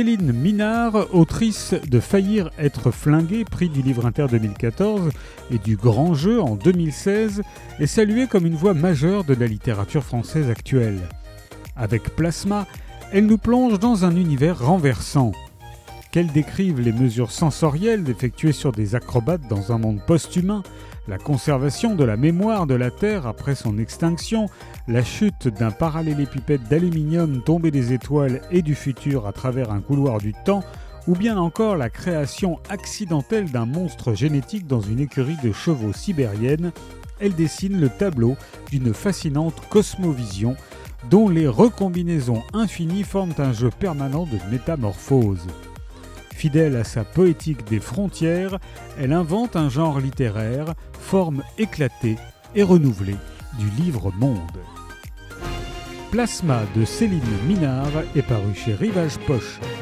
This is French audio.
Céline Minard, autrice de Faillir être flingué, prix du Livre Inter 2014, et du Grand Jeu en 2016, est saluée comme une voix majeure de la littérature française actuelle. Avec Plasma, elle nous plonge dans un univers renversant. Qu'elle décrive les mesures sensorielles effectuées sur des acrobates dans un monde post-humain, la conservation de la mémoire de la Terre après son extinction, la chute d'un parallélépipède d'aluminium tombé des étoiles et du futur à travers un couloir du temps, ou bien encore la création accidentelle d'un monstre génétique dans une écurie de chevaux sibérienne, elle dessine le tableau d'une fascinante cosmovision dont les recombinaisons infinies forment un jeu permanent de métamorphose. Fidèle à sa poétique des frontières, elle invente un genre littéraire, forme éclatée et renouvelée du livre-monde. Plasma de Céline Minard est paru chez Rivage Poche.